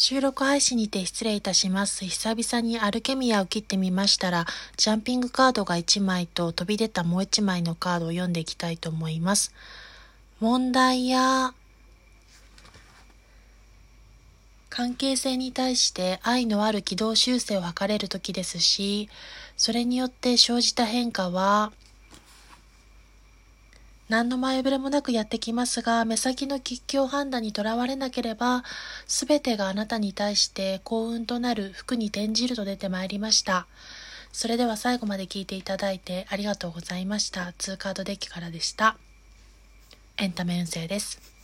収録配信にて失礼いたします。久々にアルケミアを切ってみましたら、ジャンピングカードが1枚と飛び出たもう1枚のカードを読んでいきたいと思います。問題や関係性に対して愛のある軌道修正を図れる時ですし、それによって生じた変化は何の前触れもなくやってきますが、目先の吉凶判断にとらわれなければ、すべてがあなたに対して幸運となる福に転じると出てまいりました。それでは最後まで聞いていただいてありがとうございました。2カードデッキからでした。エンタメ運勢です。